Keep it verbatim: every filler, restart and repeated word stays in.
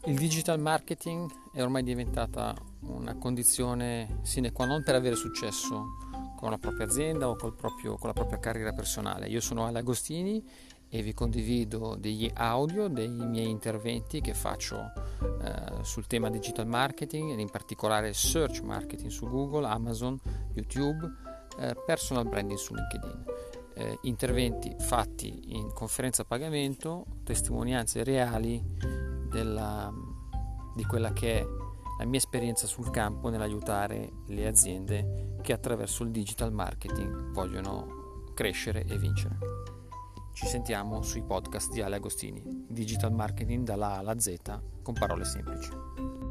Il digital marketing è ormai diventata una condizione sine qua non per avere successo con la propria azienda o col proprio- con la propria carriera personale. Io sono Ale Agostini e vi condivido degli audio dei miei interventi che faccio eh, sul tema digital marketing ed in particolare search marketing su Google, Amazon, YouTube, eh, personal branding su LinkedIn. Eh, interventi fatti in conferenza a pagamento, testimonianze reali della, di quella che è la mia esperienza sul campo nell'aiutare le aziende che attraverso il digital marketing vogliono crescere e vincere. Ci sentiamo sui podcast di Ale Agostini, digital marketing dalla A alla Z con parole semplici.